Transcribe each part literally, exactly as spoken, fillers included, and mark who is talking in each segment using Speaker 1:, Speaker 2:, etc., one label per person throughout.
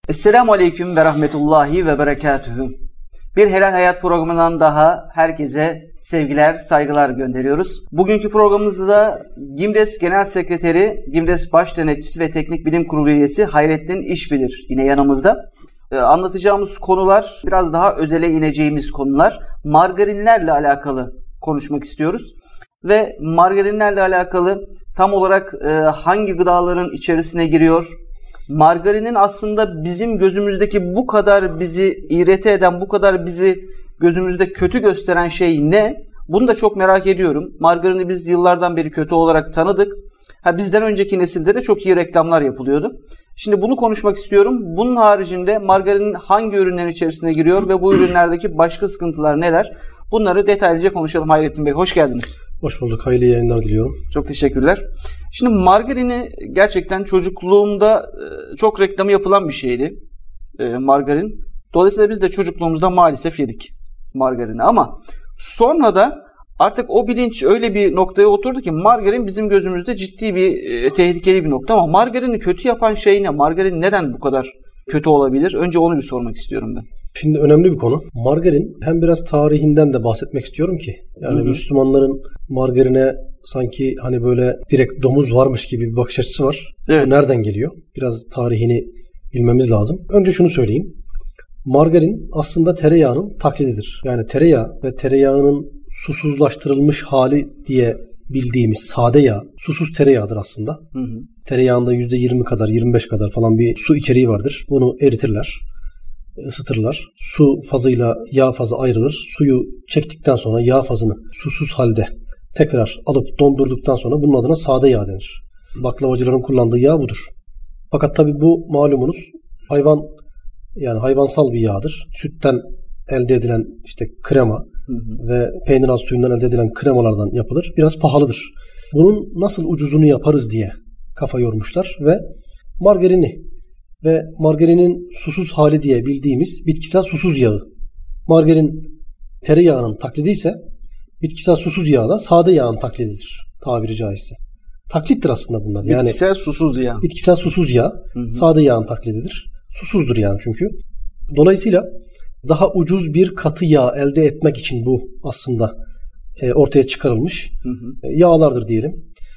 Speaker 1: Esselamu Aleyküm ve Rahmetullahi ve Berekatühü. Bir Helal Hayat programından daha herkese sevgiler, saygılar gönderiyoruz. Bugünkü programımızda Gimdes Genel Sekreteri, Gimdes Baş Denetçisi ve Teknik Bilim Kurulu üyesi Hayrettin İşbilir yine yanımızda. Ee, anlatacağımız konular biraz daha özele ineceğimiz konular. Margarinlerle alakalı konuşmak istiyoruz. Ve margarinlerle alakalı tam olarak e, hangi gıdaların içerisine giriyor? Margarinin aslında bizim gözümüzdeki bu kadar bizi irite eden, bu kadar bizi gözümüzde kötü gösteren şey ne? Bunu da çok merak ediyorum. Margarini biz yıllardan beri kötü olarak tanıdık. Ha, bizden önceki nesilde de çok iyi reklamlar yapılıyordu. Şimdi bunu konuşmak istiyorum. Bunun haricinde margarinin hangi ürünlerin içerisine giriyor ve bu ürünlerdeki başka sıkıntılar neler? Bunları detaylıca konuşalım. Hayrettin Bey, hoş geldiniz.
Speaker 2: Hoş bulduk. Hayırlı yayınlar diliyorum.
Speaker 1: Çok teşekkürler. Şimdi margarini gerçekten çocukluğumda çok reklamı yapılan bir şeydi. Margarin. Dolayısıyla biz de çocukluğumuzda maalesef yedik margarini. Ama sonra da artık o bilinç öyle bir noktaya oturdu ki margarin bizim gözümüzde ciddi bir tehlikeli bir nokta. Ama margarini kötü yapan şey ne? Margarin neden bu kadar kötü olabilir? Önce onu bir sormak istiyorum ben.
Speaker 2: Şimdi önemli bir konu. Margarin, hem biraz tarihinden de bahsetmek istiyorum ki. Yani hı hı. Müslümanların margarine sanki hani böyle direkt domuz varmış gibi bir bakış açısı var. Evet. Bu nereden geliyor? Biraz tarihini bilmemiz lazım. Önce şunu söyleyeyim. Margarin aslında tereyağının taklididir. Yani tereyağı ve tereyağının susuzlaştırılmış hali diye bildiğimiz sade yağ, susuz tereyağıdır aslında. Hı hı. Tereyağında yüzde yirmi kadar, yirmi beş kadar falan bir su içeriği vardır. Bunu eritirler, ısıtırlar. Su fazıyla yağ fazı ayrılır. Suyu çektikten sonra yağ fazını susuz halde tekrar alıp dondurduktan sonra bunun adına sade yağ denir. Baklavacıların kullandığı yağ budur. Fakat tabii bu malumunuz hayvan, yani hayvansal bir yağdır. Sütten elde edilen işte krema hı hı. ve peynir az suyundan elde edilen kremalardan yapılır. Biraz pahalıdır. Bunun nasıl ucuzunu yaparız diye kafa yormuşlar ve margarini ve margarinin susuz hali diye bildiğimiz bitkisel susuz yağı. Margarin tereyağının taklidi ise bitkisel susuz yağ da sade yağın taklididir tabiri caizse. Taklittir aslında bunlar. Yani
Speaker 1: bitkisel susuz yağ.
Speaker 2: Bitkisel susuz yağ hı hı. sade yağın taklididir. Susuzdur yani çünkü. Dolayısıyla daha ucuz bir katı yağ elde etmek için bu aslında e, ortaya çıkarılmış hı hı. E, yağlardır diyelim.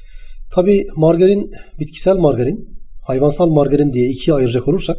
Speaker 2: Tabii margarin, bitkisel margarin, hayvansal margarin diye ikiye ayıracak olursak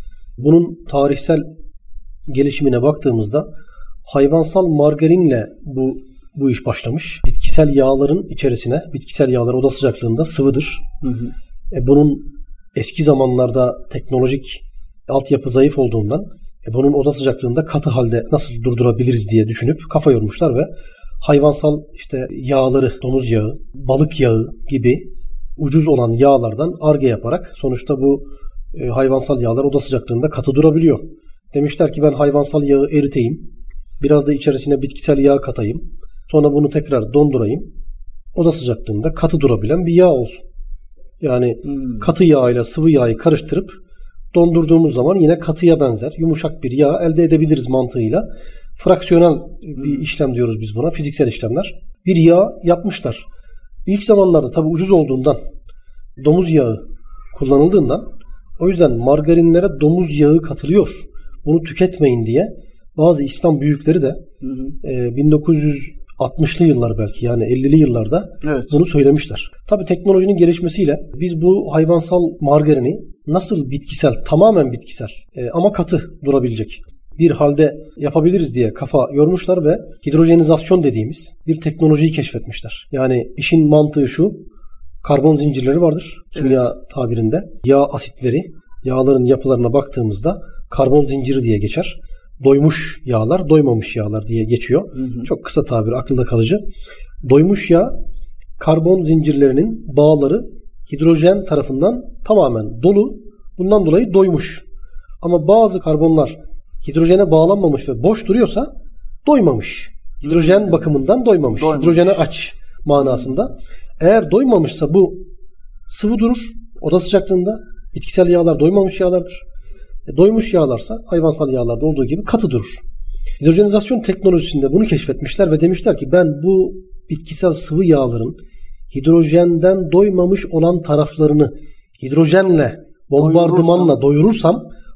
Speaker 2: bunun tarihsel gelişimine baktığımızda hayvansal margarinle bu bu iş başlamış. Bitkisel yağların içerisine, bitkisel yağlar oda sıcaklığında sıvıdır. Hı hı. E, bunun eski zamanlarda teknolojik altyapı zayıf olduğundan e, bunun oda sıcaklığında katı halde nasıl durdurabiliriz diye düşünüp kafa yormuşlar ve hayvansal işte yağları, domuz yağı, balık yağı gibi ucuz olan yağlardan Ar-Ge yaparak sonuçta bu e, hayvansal yağlar oda sıcaklığında katı durabiliyor. Demişler ki ben hayvansal yağı eriteyim, biraz da içerisine bitkisel yağ katayım, sonra bunu tekrar dondurayım, oda sıcaklığında katı durabilen bir yağ olsun. Yani hmm. katı yağ ile sıvı yağı karıştırıp dondurduğumuz zaman yine katıya benzer yumuşak bir yağ elde edebiliriz mantığıyla. Fraksiyonel bir işlem diyoruz biz buna, fiziksel işlemler. Bir yağ yapmışlar. İlk zamanlarda tabii ucuz olduğundan, domuz yağı kullanıldığından, o yüzden margarinlere domuz yağı katılıyor. Bunu tüketmeyin diye bazı İslam büyükleri de hı hı. E, bin dokuz yüz altmışlı yıllar belki yani ellili yıllarda evet. bunu söylemişler. Tabii teknolojinin gelişmesiyle biz bu hayvansal margarini nasıl bitkisel, tamamen bitkisel e, ama katı durabilecek bir halde yapabiliriz diye kafa yormuşlar ve hidrojenizasyon dediğimiz bir teknolojiyi keşfetmişler. Yani işin mantığı şu, karbon zincirleri vardır kimya evet. tabirinde. Yağ asitleri, yağların yapılarına baktığımızda karbon zinciri diye geçer. Doymuş yağlar, doymamış yağlar diye geçiyor. Hı hı. Çok kısa tabir, akılda kalıcı. Doymuş yağ, karbon zincirlerinin bağları hidrojen tarafından tamamen dolu. Bundan dolayı doymuş. Ama bazı karbonlar hidrojene bağlanmamış ve boş duruyorsa doymamış. Hidrojen bakımından doymamış. doymamış. Hidrojene aç manasında. Eğer doymamışsa bu sıvı durur oda sıcaklığında. Bitkisel yağlar doymamış yağlardır. E, doymuş yağlarsa hayvansal yağlarda olduğu gibi katı durur. Hidrojenizasyon teknolojisinde bunu keşfetmişler ve demişler ki ben bu bitkisel sıvı yağların hidrojenden doymamış olan taraflarını hidrojenle, bombardımanla doyurursam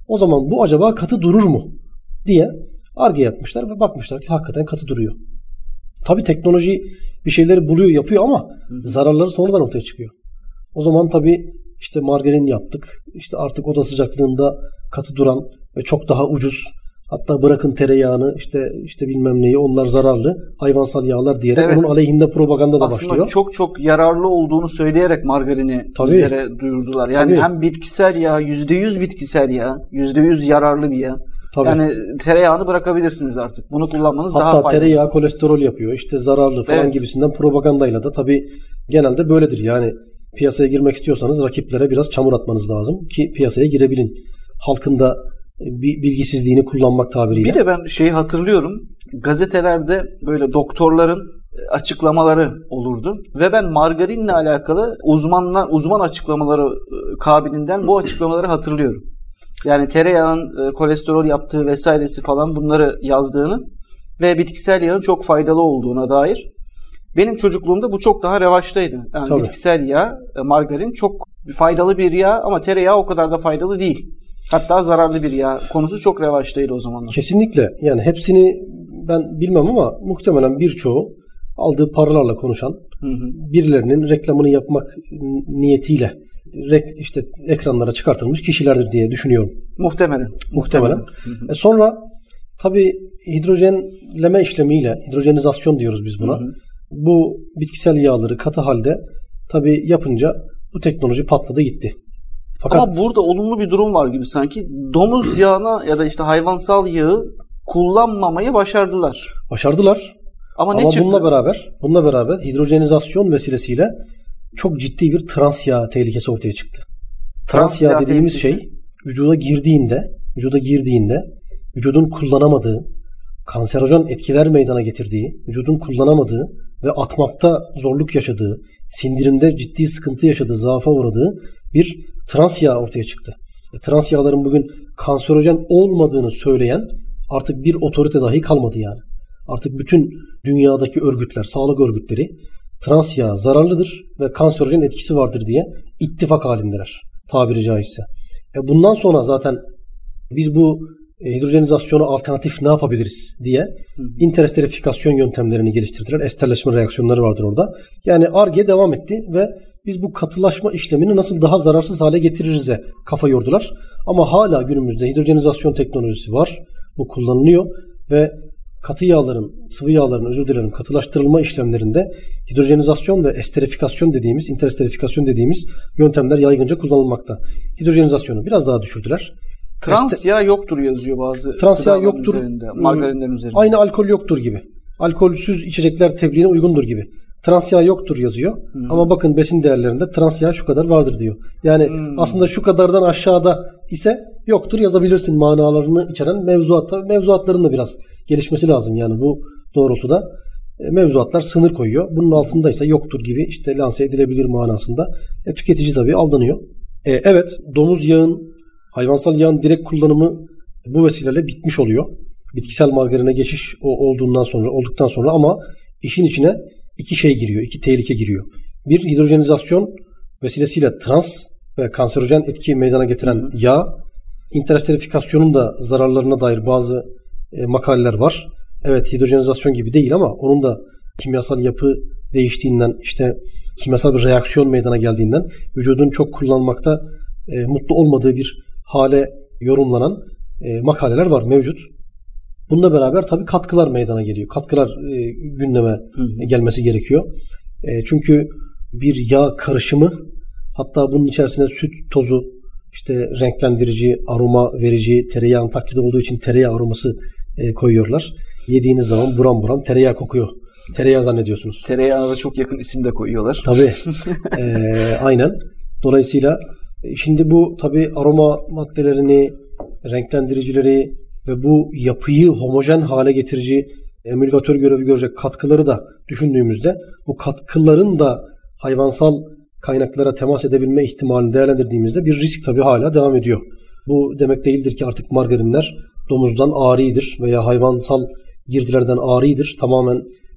Speaker 2: O zaman bu acaba katı durur mu diye Ar-Ge yapmışlar ve bakmışlar ki hakikaten katı duruyor. Tabii teknoloji bir şeyleri buluyor, yapıyor ama zararları sonradan ortaya çıkıyor. O zaman tabii işte margarin yaptık. İşte artık oda sıcaklığında katı duran ve çok daha ucuz. Hatta bırakın tereyağını işte işte bilmem neyi, onlar zararlı hayvansal yağlar diyerek evet, onun aleyhinde propaganda da
Speaker 1: aslında
Speaker 2: başlıyor.
Speaker 1: Aslında çok çok yararlı olduğunu söyleyerek margarini tabii, bizlere duyurdular. Yani tabii, hem bitkisel yağ, yüzde yüz bitkisel yağ, yüzde yüz yararlı bir yağ. Tabii. Yani tereyağını bırakabilirsiniz artık. Bunu kullanmanız
Speaker 2: hatta
Speaker 1: daha faydalı.
Speaker 2: Hatta tereyağı kolesterol yapıyor, işte zararlı falan evet, gibisinden propagandayla da tabii genelde böyledir. Yani piyasaya girmek istiyorsanız rakiplere biraz çamur atmanız lazım ki piyasaya girebilin. Halkın da bilgisizliğini kullanmak tabiriyle.
Speaker 1: Bir de ben şeyi hatırlıyorum. Gazetelerde böyle doktorların açıklamaları olurdu ve ben margarinle alakalı uzmanlar uzman açıklamaları kabiliğinden bu açıklamaları hatırlıyorum. Yani tereyağın kolesterol yaptığı vesairesi falan bunları yazdığını ve bitkisel yağın çok faydalı olduğuna dair. Benim çocukluğumda bu çok daha revaçtaydı. Yani tabii, bitkisel yağ, margarin çok faydalı bir yağ ama tereyağı o kadar da faydalı değil. Hatta zararlı bir yağ konusu çok revaçtaydı o zamanlar.
Speaker 2: Kesinlikle. Yani hepsini ben bilmem ama muhtemelen birçoğu aldığı paralarla konuşan, hı hı, birilerinin reklamını yapmak niyetiyle işte ekranlara çıkartılmış kişilerdir diye düşünüyorum.
Speaker 1: Muhtemelen.
Speaker 2: Muhtemelen. Hı hı. E sonra tabii hidrojenleme işlemiyle, hidrojenizasyon diyoruz biz buna. Hı hı. Bu bitkisel yağları katı halde tabii yapınca bu teknoloji patladı gitti.
Speaker 1: Fakat ama burada olumlu bir durum var gibi sanki. Domuz yağına ya da işte hayvansal yağı kullanmamayı başardılar.
Speaker 2: Başardılar. Ama,
Speaker 1: Ama
Speaker 2: ne
Speaker 1: çıktı?
Speaker 2: bununla beraber, bununla beraber hidrojenizasyon vesilesiyle çok ciddi bir trans yağ tehlikesi ortaya çıktı. Trans, trans yağ, yağ dediğimiz tehlikesi, şey vücuda girdiğinde, vücuda girdiğinde vücudun kullanamadığı, kanserojen etkiler meydana getirdiği, vücudun kullanamadığı ve atmakta zorluk yaşadığı, sindirimde ciddi sıkıntı yaşadığı, zaafa uğradığı bir trans yağ ortaya çıktı. E, trans yağların bugün kanserojen olmadığını söyleyen artık bir otorite dahi kalmadı yani. Artık bütün dünyadaki örgütler, sağlık örgütleri trans yağ zararlıdır ve kanserojen etkisi vardır diye ittifak halindeler tabiri caizse. E, bundan sonra zaten biz bu e, hidrojenizasyona alternatif ne yapabiliriz diye interesterifikasyon yöntemlerini geliştirdiler. Esterleşme reaksiyonları vardır orada. Yani Ar-Ge devam etti ve biz bu katılaşma işlemini nasıl daha zararsız hale getiririz'e kafa yordular. Ama hala günümüzde hidrojenizasyon teknolojisi var. Bu kullanılıyor ve katı yağların, sıvı yağların özür dilerim katılaştırılma işlemlerinde hidrojenizasyon ve esterifikasyon dediğimiz, interesterifikasyon dediğimiz yöntemler yaygınca kullanılmakta. Hidrojenizasyonu biraz daha düşürdüler.
Speaker 1: Trans Ester- yağ yoktur yazıyor bazı.
Speaker 2: Trans yağ yoktur.
Speaker 1: Üzerinde, margarinlerin üzerinde.
Speaker 2: Aynı alkol yoktur gibi. Alkolsüz içecekler tebliğine uygundur gibi. Trans yağ yoktur yazıyor. Hmm. Ama bakın besin değerlerinde trans yağ şu kadar vardır diyor. Yani hmm. aslında şu kadardan aşağıda ise yoktur yazabilirsin manalarını içeren mevzuatta. Mevzuatların da biraz gelişmesi lazım yani bu doğrultuda. Mevzuatlar sınır koyuyor. Bunun altındaysa yoktur gibi işte lanse edilebilir manasında. E, tüketici tabii aldanıyor. E, evet domuz yağın, hayvansal yağın direkt kullanımı bu vesileyle bitmiş oluyor. Bitkisel margarine geçiş olduğundan sonra olduktan sonra ama işin içine iki şey giriyor, iki tehlike giriyor. Bir hidrojenizasyon vesilesiyle trans ve kanserojen etki meydana getiren yağ, interesterifikasyonun da zararlarına dair bazı e, makaleler var. Evet hidrojenizasyon gibi değil ama onun da kimyasal yapı değiştiğinden işte kimyasal bir reaksiyon meydana geldiğinden vücudun çok kullanmakta e, mutlu olmadığı bir hale yorumlanan e, makaleler var mevcut. Bununla beraber tabii katkılar meydana geliyor. Katkılar e, gündeme hı hı. gelmesi gerekiyor. E, çünkü bir yağ karışımı hatta bunun içerisine süt tozu işte renklendirici, aroma verici, tereyağın taklidi olduğu için tereyağı aroması e, koyuyorlar. Yediğiniz zaman buram buram tereyağı kokuyor. Tereyağı zannediyorsunuz.
Speaker 1: Tereyağına da çok yakın isim de koyuyorlar.
Speaker 2: Tabii. e, aynen. Dolayısıyla şimdi bu tabii aroma maddelerini, renklendiricileri ve bu yapıyı homojen hale getirici emülgatör görevi görecek katkıları da düşündüğümüzde bu katkıların da hayvansal kaynaklara temas edebilme ihtimalini değerlendirdiğimizde bir risk tabii hala devam ediyor. Bu demek değildir ki artık margarinler domuzdan aridir veya hayvansal girdilerden aridir. Tamamen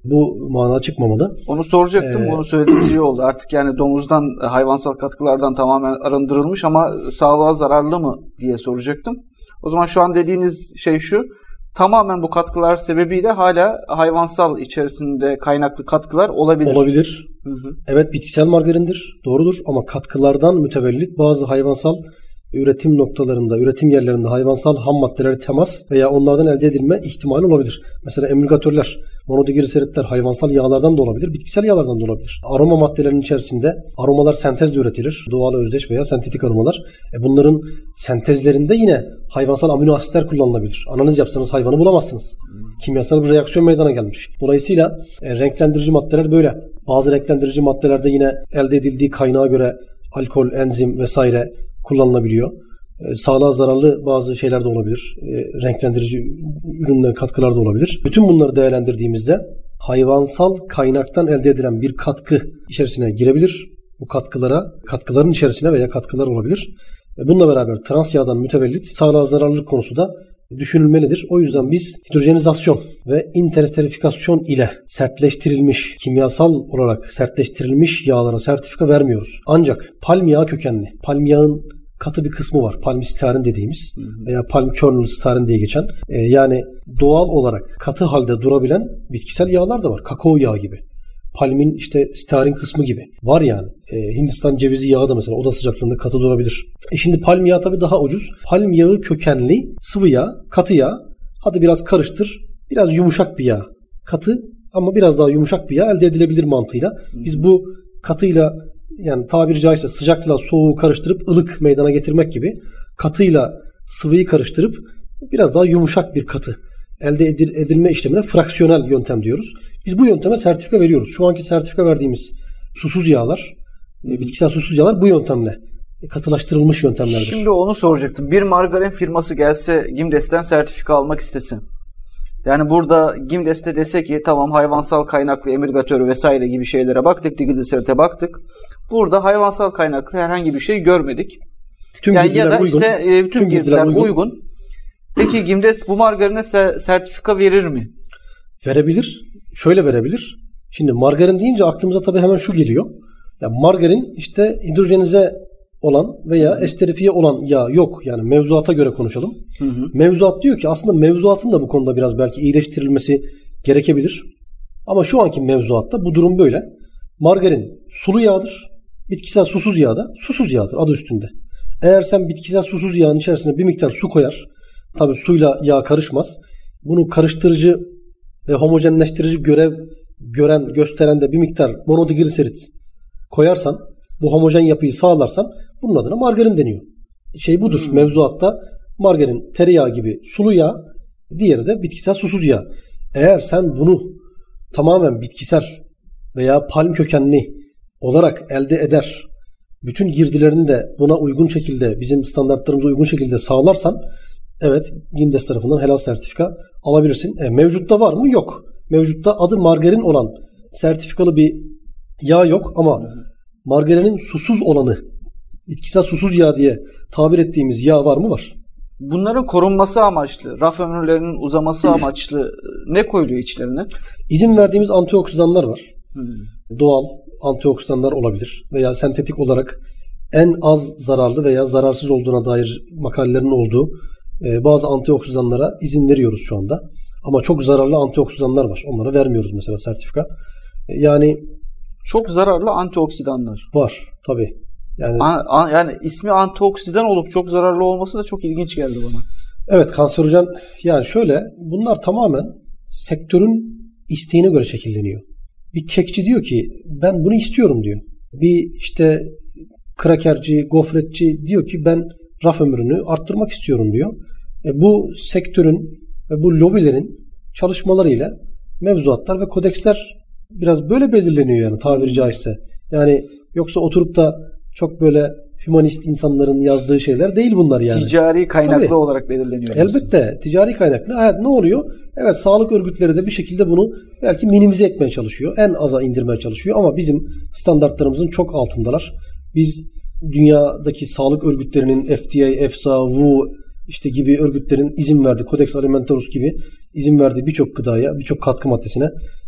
Speaker 2: Bu mana çıkmamalı.
Speaker 1: Onu soracaktım. Ee, Onu söylediğiniz iyi oldu. Artık yani domuzdan, hayvansal katkılardan tamamen arındırılmış ama sağlığa zararlı mı diye soracaktım. O zaman şu an dediğiniz şey şu. Tamamen bu katkılar sebebiyle hala hayvansal içerisinde kaynaklı katkılar olabilir.
Speaker 2: Olabilir. Hı hı. Evet, bitkisel margarindir. Doğrudur ama katkılardan mütevellit bazı hayvansal üretim noktalarında, üretim yerlerinde hayvansal ham maddelere temas veya onlardan elde edilme ihtimali olabilir. Mesela emülgatörler, monodigliseritle hayvansal yağlardan da olabilir, bitkisel yağlardan da olabilir. Aroma maddelerinin içerisinde aromalar sentezle üretilir. Doğal, özdeş veya sentetik aromalar. E bunların sentezlerinde yine hayvansal amino asitler kullanılabilir. Analiz yapsanız hayvanı bulamazsınız. Kimyasal bir reaksiyon meydana gelmiş. Dolayısıyla e, renklendirici maddeler böyle. Bazı renklendirici maddelerde yine elde edildiği kaynağa göre alkol, enzim vesaire kullanılabiliyor. E, sağlığa zararlı bazı şeyler de olabilir. E, renklendirici ürünler, katkılar da olabilir. Bütün bunları değerlendirdiğimizde hayvansal kaynaktan elde edilen bir katkı içerisine girebilir. Bu katkılara, katkıların içerisine veya katkılar olabilir. E, bununla beraber trans yağdan mütevellit sağlığa zararlılık konusu da düşünülmelidir. O yüzden biz hidrojenizasyon ve interesterifikasyon ile sertleştirilmiş, kimyasal olarak sertleştirilmiş yağlara sertifika vermiyoruz. Ancak palm yağı kökenli, palm yağın katı bir kısmı var. Palm stearin dediğimiz veya palm kernel stearin diye geçen. E, yani doğal olarak katı halde durabilen bitkisel yağlar da var. Kakao yağı gibi. Palmin işte stearin kısmı gibi. Var yani. E, Hindistan cevizi yağı da mesela oda sıcaklığında katı durabilir. E şimdi palm yağı tabii daha ucuz. Palm yağı kökenli sıvı yağ, katı yağ. Hadi biraz karıştır. Biraz yumuşak bir yağ. Katı ama biraz daha yumuşak bir yağ elde edilebilir mantığıyla. Biz bu katıyla, yani tabiri caizse sıcakla soğuğu karıştırıp ılık meydana getirmek gibi katıyla sıvıyı karıştırıp biraz daha yumuşak bir katı elde edilme işlemine fraksiyonel yöntem diyoruz. Biz bu yönteme sertifika veriyoruz. Şu anki sertifika verdiğimiz susuz yağlar, bitkisel susuz yağlar bu yöntemle katılaştırılmış yöntemlerdir.
Speaker 1: Şimdi onu soracaktım. Bir margarin firması gelse Gimdes'ten sertifika almak istesin. Yani burada Gimdes'te dese ki tamam hayvansal kaynaklı emülgatör vesaire gibi şeylere baktık, digliserite baktık. Burada hayvansal kaynaklı herhangi bir şey görmedik.
Speaker 2: Tüm
Speaker 1: yani ya da
Speaker 2: uygun.
Speaker 1: işte e, tüm, tüm girdiler uygun. uygun. Peki Gimdes bu margarine se- sertifika verir mi?
Speaker 2: Verebilir. Şöyle verebilir. Şimdi margarin deyince aklımıza tabii hemen şu geliyor. Ya margarin işte hidrojenize olan veya esterifiye olan yağ yok. Yani mevzuata göre konuşalım. Hı hı. Mevzuat diyor ki aslında mevzuatın da bu konuda biraz belki iyileştirilmesi gerekebilir. Ama şu anki mevzuatta bu durum böyle. Margarin sulu yağdır. Bitkisel susuz yağ da susuz yağdır adı üstünde. Eğer sen bitkisel susuz yağın içerisine bir miktar su koyar. Tabii suyla yağ karışmaz. Bunu karıştırıcı ve homojenleştirici görev gören, gösteren de bir miktar monodigliserit koyarsan, bu homojen yapıyı sağlarsan bunun adına margarin deniyor. Şey budur. Hmm. Mevzuatta margarin tereyağı gibi sulu yağ, diğeri de bitkisel susuz yağ. Eğer sen bunu tamamen bitkisel veya palm kökenli olarak elde eder, bütün girdilerini de buna uygun şekilde, bizim standartlarımıza uygun şekilde sağlarsan, evet, Gimdes tarafından helal sertifika alabilirsin. E, mevcutta var mı? Yok. Mevcutta adı margarin olan sertifikalı bir yağ yok ama margarinin susuz olanı, bitkisel susuz yağ diye tabir ettiğimiz yağ var mı? Var.
Speaker 1: Bunların korunması amaçlı, raf ömürlerinin uzaması amaçlı ne koyuluyor içlerine?
Speaker 2: İzin verdiğimiz antioksidanlar var. Hmm. Doğal antioksidanlar olabilir veya sentetik olarak en az zararlı veya zararsız olduğuna dair makalelerin olduğu bazı antioksidanlara izin veriyoruz şu anda. Ama çok zararlı antioksidanlar var. Onlara vermiyoruz mesela sertifika. Yani
Speaker 1: çok zararlı antioksidanlar
Speaker 2: var tabii. Yani
Speaker 1: an, an, yani ismi antioksidan olup çok zararlı olması da çok ilginç geldi bana.
Speaker 2: Evet, kanserojen. Yani şöyle, bunlar tamamen sektörün isteğine göre şekilleniyor. Bir kekçi diyor ki ben bunu istiyorum diyor. Bir işte krakerci, gofretçi diyor ki ben raf ömrünü arttırmak istiyorum diyor. E bu sektörün ve bu lobilerin çalışmalarıyla mevzuatlar ve kodeksler biraz böyle belirleniyor yani tabiri caizse. Yani yoksa oturup da çok böyle hümanist insanların yazdığı şeyler değil bunlar yani.
Speaker 1: Ticari kaynaklı Tabii. olarak belirleniyor.
Speaker 2: Elbette musunuz? Ticari kaynaklı. Evet, ne oluyor? Evet, sağlık örgütleri de bir şekilde bunu belki minimize etmeye çalışıyor. En aza indirmeye çalışıyor ama bizim standartlarımızın çok altındalar. Biz dünyadaki sağlık örgütlerinin F D A, EFSA, W H O işte gibi örgütlerin izin verdiği, Codex Alimentarius gibi izin verdiği birçok gıdaya, birçok katkı maddesine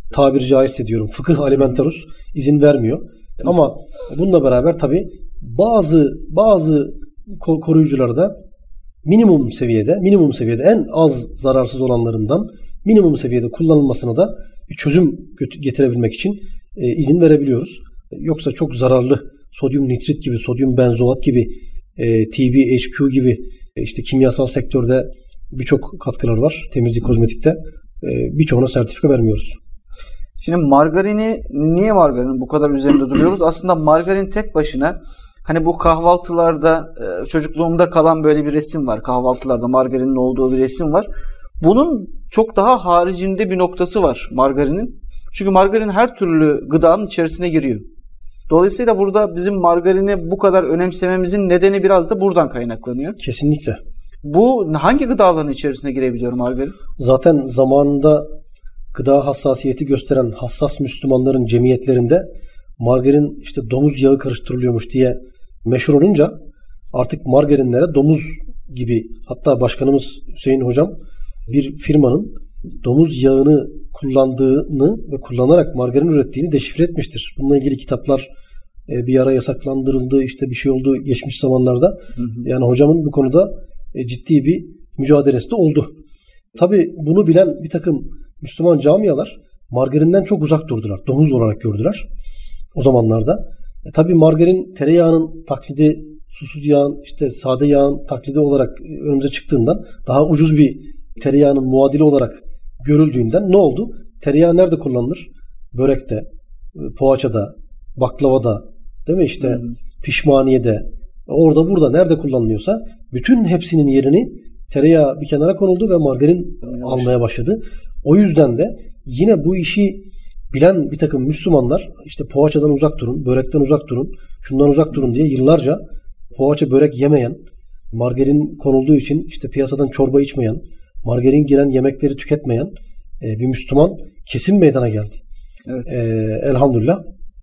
Speaker 2: tabiri caizse diyorum fıkıh alimentarus izin vermiyor. Ama bununla beraber tabii bazı bazı koruyucularda minimum seviyede, minimum seviyede en az zararsız olanlarından minimum seviyede kullanılmasına da bir çözüm getirebilmek için e, izin verebiliyoruz. Yoksa çok zararlı sodyum nitrit gibi, sodyum benzoat gibi, e, T B H Q gibi e, işte kimyasal sektörde birçok katkılar var. Temizlik, kozmetikte e, birçoğuna sertifika vermiyoruz.
Speaker 1: Şimdi margarini, niye margarinin bu kadar üzerinde duruyoruz? Aslında margarin tek başına, hani bu kahvaltılarda çocukluğumda kalan böyle bir resim var. Kahvaltılarda margarinin olduğu bir resim var. Bunun çok daha haricinde bir noktası var margarinin. Çünkü margarin her türlü gıdanın içerisine giriyor. Dolayısıyla burada bizim margarini bu kadar önemsememizin nedeni biraz da buradan kaynaklanıyor.
Speaker 2: Kesinlikle.
Speaker 1: Bu hangi gıdaların içerisine girebiliyor margarin?
Speaker 2: Zaten zamanında gıda hassasiyeti gösteren hassas Müslümanların cemiyetlerinde margarin işte domuz yağı karıştırılıyormuş diye meşhur olunca artık margarinlere domuz gibi, hatta başkanımız Hüseyin Hocam bir firmanın domuz yağını kullandığını ve kullanarak margarin ürettiğini deşifre etmiştir. Bununla ilgili kitaplar bir ara yasaklandırıldı, işte bir şey oldu geçmiş zamanlarda. Hı hı. Yani hocamın bu konuda ciddi bir mücadelesi de oldu. Tabii bunu bilen bir takım Müslüman camialar margarinden çok uzak durdular. Domuz olarak gördüler o zamanlarda. E tabii margarin tereyağının taklidi, susuz yağın, işte sade yağın taklidi olarak önümüze çıktığından, daha ucuz bir tereyağının muadili olarak görüldüğünden ne oldu? Tereyağı nerede kullanılır? Börekte, poğaçada, baklavada, değil mi? İşte hmm. pişmaniyede, orada burada nerede kullanılıyorsa bütün hepsinin yerini tereyağı bir kenara konuldu ve margarin Yanlış. almaya başladı. O yüzden de yine bu işi bilen bir takım Müslümanlar işte poğaçadan uzak durun, börekten uzak durun, şundan uzak durun diye yıllarca poğaça, börek yemeyen, margarin konulduğu için işte piyasadan çorba içmeyen, margarin giren yemekleri tüketmeyen e, bir Müslüman kesim meydana geldi.
Speaker 1: Evet.
Speaker 2: E, elhamdülillah.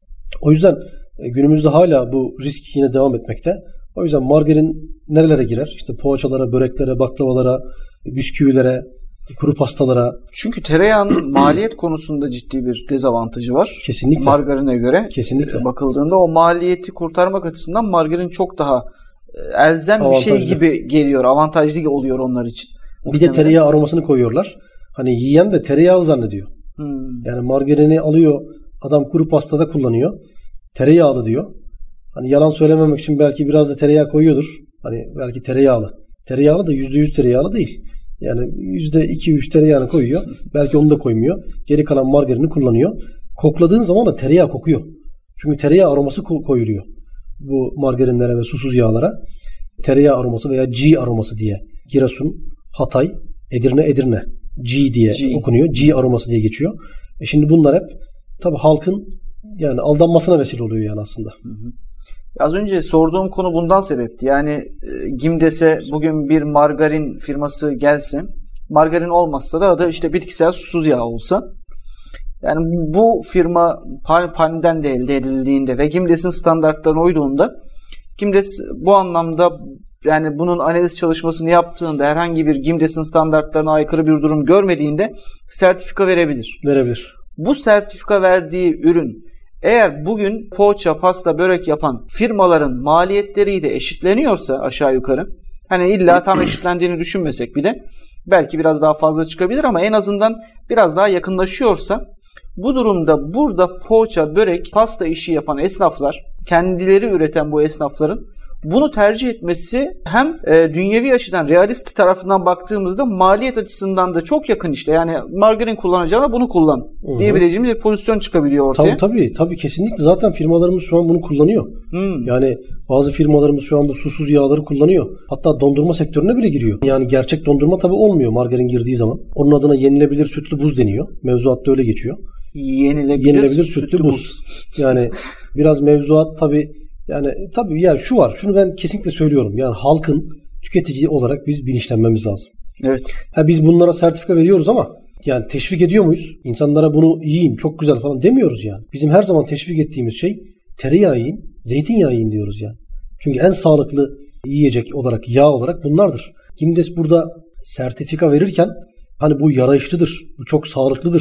Speaker 2: O yüzden e, günümüzde hala bu risk yine devam etmekte. O yüzden margarin nerelere girer? İşte poğaçalara, böreklere, baklavalara, bisküvilere, kuru pastalara.
Speaker 1: Çünkü tereyağının maliyet konusunda ciddi bir dezavantajı var.
Speaker 2: Kesinlikle.
Speaker 1: Margarine göre.
Speaker 2: Kesinlikle.
Speaker 1: Bakıldığında o maliyeti kurtarmak açısından margarin çok daha elzem avantajlı bir şey gibi geliyor. Avantajlı oluyor onlar için.
Speaker 2: Bir Muhtemelen. de tereyağı aromasını koyuyorlar. Hani yiyen de tereyağlı zannediyor. Hmm. Yani margarini alıyor, adam kuru pastada kullanıyor. Tereyağlı diyor. Hani yalan söylememek için belki biraz da tereyağı koyuyordur. Hani belki tereyağlı. Tereyağlı da yüzde yüz tereyağlı değil. Yani yüzde iki üç tereyağını koyuyor. Belki onu da koymuyor. Geri kalan margarini kullanıyor. Kokladığın zaman da tereyağı kokuyor. Çünkü tereyağı aroması koyuluyor. Bu margarinlere ve susuz yağlara. Tereyağı aroması veya G aroması diye. Giresun, Hatay, Edirne, Edirne. G diye G. okunuyor. G aroması diye geçiyor. E şimdi bunlar hep tabii halkın yani aldanmasına vesile oluyor yani aslında. Hı hı.
Speaker 1: Az önce sorduğum konu bundan sebepti. Yani e, Gimdes'e bugün bir margarin firması gelse, margarin olmazsa da adı işte bitkisel susuz yağ olsa, yani bu firma Palm'den de elde edildiğinde ve Gimdes'in standartlarına uyduğunda, Gimdes bu anlamda yani bunun analiz çalışmasını yaptığında herhangi bir Gimdes'in standartlarına aykırı bir durum görmediğinde sertifika verebilir.
Speaker 2: Verebilir.
Speaker 1: Bu sertifika verdiği ürün eğer bugün poğaça, pasta, börek yapan firmaların maliyetleri de eşitleniyorsa aşağı yukarı, hani illa tam eşitlendiğini düşünmesek bile belki biraz daha fazla çıkabilir ama en azından biraz daha yakınlaşıyorsa, bu durumda burada poğaça, börek, pasta işi yapan esnaflar, kendileri üreten bu esnafların bunu tercih etmesi hem e, dünyevi açıdan realist tarafından baktığımızda maliyet açısından da çok yakın işte. Yani margarin kullanacağına bunu kullan Hı-hı. diyebileceğimiz bir pozisyon çıkabiliyor ortaya.
Speaker 2: Tabii tabii tabii kesinlikle zaten firmalarımız şu an bunu kullanıyor. Hmm. Yani bazı firmalarımız şu an bu susuz yağları kullanıyor. Hatta dondurma sektörüne bile giriyor. Yani gerçek dondurma tabii olmuyor margarin girdiği zaman. Onun adına yenilebilir sütlü buz deniyor. Mevzuatta öyle geçiyor.
Speaker 1: Yenilebilir,
Speaker 2: yenilebilir sütlü, sütlü buz. buz. Yani biraz mevzuat tabii. Yani tabii ya şu var, şunu ben kesinlikle söylüyorum. Yani halkın tüketici olarak biz bilinçlenmemiz lazım.
Speaker 1: Evet.
Speaker 2: Ha biz bunlara sertifika veriyoruz ama yani teşvik ediyor muyuz? İnsanlara bunu yiyin, çok güzel falan demiyoruz yani. Bizim her zaman teşvik ettiğimiz şey tereyağı yiyin, zeytinyağı yiyin diyoruz yani. Çünkü en sağlıklı yiyecek olarak, yağ olarak bunlardır. Gimdes burada sertifika verirken hani bu yarayışlıdır, bu çok sağlıklıdır,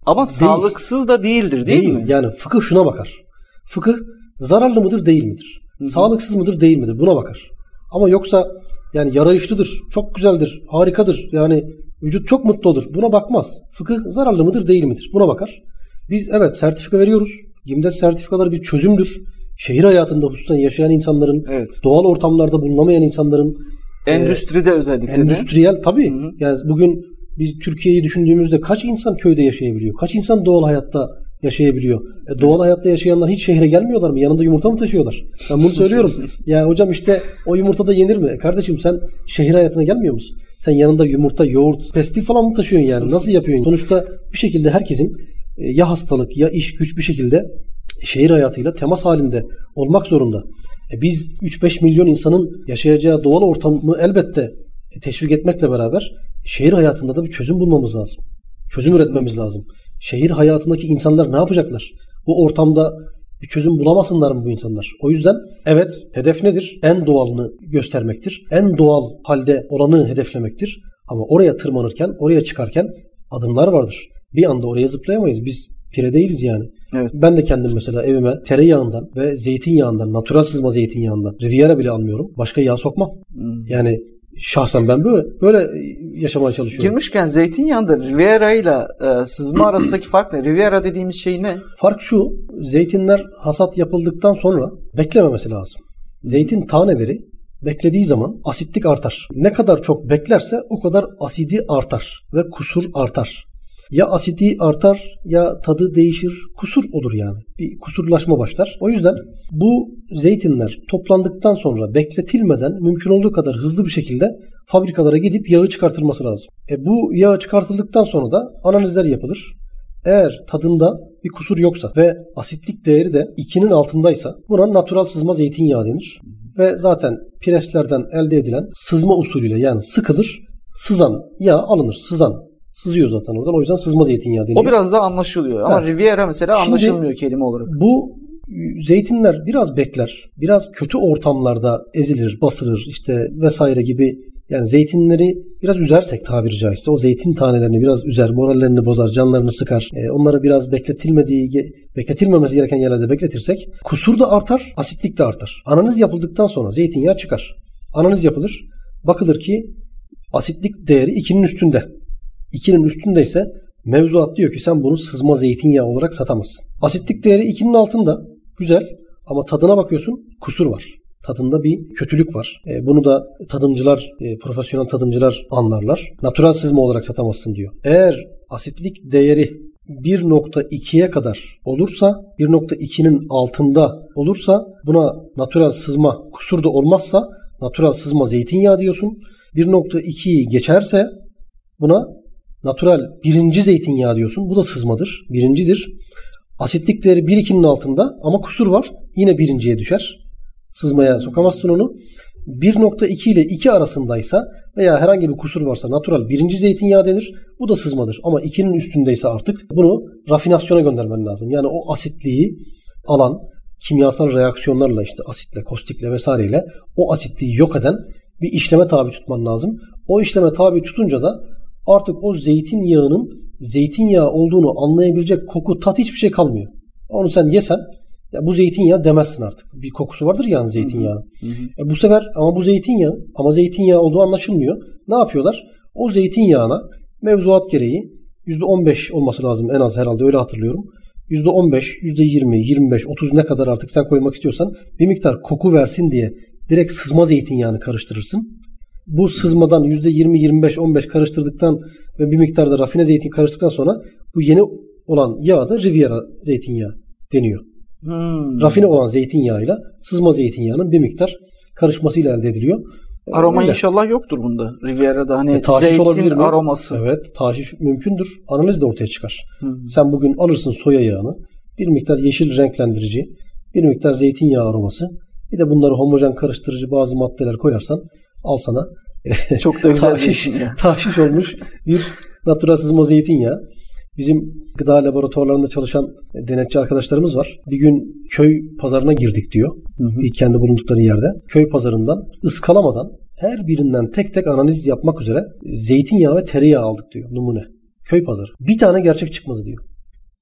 Speaker 1: Ama değil. Sağlıksız da değildir değil, değil mi?
Speaker 2: Yani fıkıh şuna bakar. Fıkıh zararlı mıdır değil midir? Hı-hı. Sağlıksız mıdır değil midir? Buna bakar. Ama yoksa yani yarayışlıdır, çok güzeldir, harikadır. Yani vücut çok mutlu olur. Buna bakmaz. Fıkıh zararlı mıdır değil midir? Buna bakar. Biz evet sertifika veriyoruz. Gimdes sertifikaları bir çözümdür. Şehir hayatında hususen yaşayan insanların, evet. doğal ortamlarda bulunamayan insanların,
Speaker 1: endüstride e, özellikle
Speaker 2: endüstriyel de. Tabii. Hı-hı. Yani bugün biz Türkiye'yi düşündüğümüzde kaç insan köyde yaşayabiliyor? Kaç insan doğal hayatta yaşayabiliyor? E, doğal evet. hayatta yaşayanlar hiç şehre gelmiyorlar mı? Yanında yumurta mı taşıyorlar? Ben bunu söylüyorum. Ya hocam işte o yumurta da yenir mi? E, kardeşim sen şehir hayatına gelmiyor musun? Sen yanında yumurta, yoğurt, pestil falan mı taşıyorsun yani? Nasıl yapıyorsun? Sonuçta bir şekilde herkesin e, ya hastalık ya iş güç bir şekilde şehir hayatıyla temas halinde olmak zorunda. E, biz üç beş milyon insanın yaşayacağı doğal ortamı elbette teşvik etmekle beraber şehir hayatında da bir çözüm bulmamız lazım. Çözüm Kesinlikle. üretmemiz lazım. Şehir hayatındaki insanlar ne yapacaklar? Bu ortamda bir çözüm bulamasınlar mı bu insanlar? O yüzden evet hedef nedir? En doğalını göstermektir. En doğal halde olanı hedeflemektir. Ama oraya tırmanırken, oraya çıkarken adımlar vardır. Bir anda oraya zıplayamayız. Biz pire değiliz yani. Evet. Ben de kendim mesela evime tereyağından ve zeytinyağından, natural sızma zeytinyağından Riviera bile almıyorum. Başka yağ sokmam. Hmm. Yani şahsen ben böyle böyle yaşamaya çalışıyorum.
Speaker 1: Girmişken zeytinyağında Riviera ile e, sızma arasındaki fark ne? Riviera dediğimiz şey ne?
Speaker 2: Fark şu. Zeytinler hasat yapıldıktan sonra beklememesi lazım. Zeytin taneleri beklediği zaman asitlik artar. Ne kadar çok beklerse o kadar asidi artar ve kusur artar. Ya asidi artar ya tadı değişir, kusur olur yani. Bir kusurlaşma başlar. O yüzden bu zeytinler toplandıktan sonra bekletilmeden mümkün olduğu kadar hızlı bir şekilde fabrikalara gidip yağı çıkartılması lazım. E bu yağı çıkartıldıktan sonra da analizler yapılır. Eğer tadında bir kusur yoksa ve asitlik değeri de ikinin altındaysa buna natural sızma zeytinyağı denir. Ve zaten preslerden elde edilen sızma usulüyle yani sıkılır, sızan yağ alınır, sızan. Sızıyor zaten oradan. O yüzden sızma zeytinyağı deniyor.
Speaker 1: O biraz da anlaşılıyor. Ama evet. Riviera mesela Şimdi, anlaşılmıyor kelime olarak.
Speaker 2: Bu zeytinler biraz bekler. Biraz kötü ortamlarda ezilir, basılır işte vesaire gibi. Yani zeytinleri biraz üzersek tabiri caizse o zeytin tanelerini biraz üzer, morallerini bozar, canlarını sıkar. E, onları biraz bekletilmediği, bekletilmemesi gereken yerlerde bekletirsek kusur da artar, asitlik de artar. Analiz yapıldıktan sonra zeytinyağı çıkar. Analiz yapılır. Bakılır ki asitlik değeri ikinin üstünde. ikinin üstündeyse mevzuat diyor ki sen bunu sızma zeytinyağı olarak satamazsın. Asitlik değeri ikinin altında. Güzel. Ama tadına bakıyorsun kusur var. Tadında bir kötülük var. E, bunu da tadımcılar, e, profesyonel tadımcılar anlarlar. Natural sızma olarak satamazsın diyor. Eğer asitlik değeri bir nokta ikiye kadar olursa, bir nokta ikinin altında olursa buna natural sızma kusur da olmazsa natural sızma zeytinyağı diyorsun. bir nokta ikiyi geçerse buna natural birinci zeytinyağı diyorsun. Bu da sızmadır. Birincidir. Asitlik değeri bir ikinin altında ama kusur var. Yine birinciye düşer. Sızmaya sokamazsın onu. bir nokta iki ile iki arasındaysa veya herhangi bir kusur varsa natural birinci zeytinyağı denir. Bu da sızmadır. Ama ikinin üstündeyse artık bunu rafinasyona göndermen lazım. Yani o asitliği alan kimyasal reaksiyonlarla işte asitle, kostikle vesaireyle o asitliği yok eden bir işleme tabi tutman lazım. O işleme tabi tutunca da artık o zeytinyağının zeytinyağı olduğunu anlayabilecek koku, tat hiçbir şey kalmıyor. Onu sen yesen ya bu zeytinyağı demezsin artık. Bir kokusu vardır yani zeytinyağının. E bu sefer ama bu zeytinyağı ama zeytinyağı olduğu anlaşılmıyor. Ne yapıyorlar? O zeytinyağına mevzuat gereği yüzde on beş olması lazım en az herhalde öyle hatırlıyorum. yüzde on beş, yüzde yirmi, yirmi beş, otuz ne kadar artık sen koymak istiyorsan bir miktar koku versin diye direkt sızma zeytinyağını karıştırırsın. Bu sızmadan yüzde yirmi, yirmi beş, on beş karıştırdıktan ve bir miktar da rafine zeytin karıştıktan sonra bu yeni olan yağ da Riviera zeytinyağı deniyor. Hmm. Rafine olan zeytinyağıyla sızma zeytinyağının bir miktar karışmasıyla elde ediliyor.
Speaker 1: Aroma Öyle. İnşallah yoktur bunda. Riviera'da hani e, zeytin aroması.
Speaker 2: Evet, taşiş mümkündür. Analiz de ortaya çıkar. Hmm. Sen bugün alırsın soya yağını, bir miktar yeşil renklendirici, bir miktar zeytinyağı aroması, bir de bunları homojen karıştırıcı bazı maddeler koyarsan al sana
Speaker 1: çok da güzel
Speaker 2: taşiş, taşiş olmuş bir natural sızma zeytinyağı. Bizim gıda laboratuvarlarında çalışan denetçi arkadaşlarımız var. Bir gün köy pazarına girdik diyor. Hı hı. Kendi bulundukları yerde. Köy pazarından ıskalamadan her birinden tek tek analiz yapmak üzere zeytinyağı ve tereyağı aldık diyor numune. Köy pazarı. Bir tane gerçek çıkmadı diyor.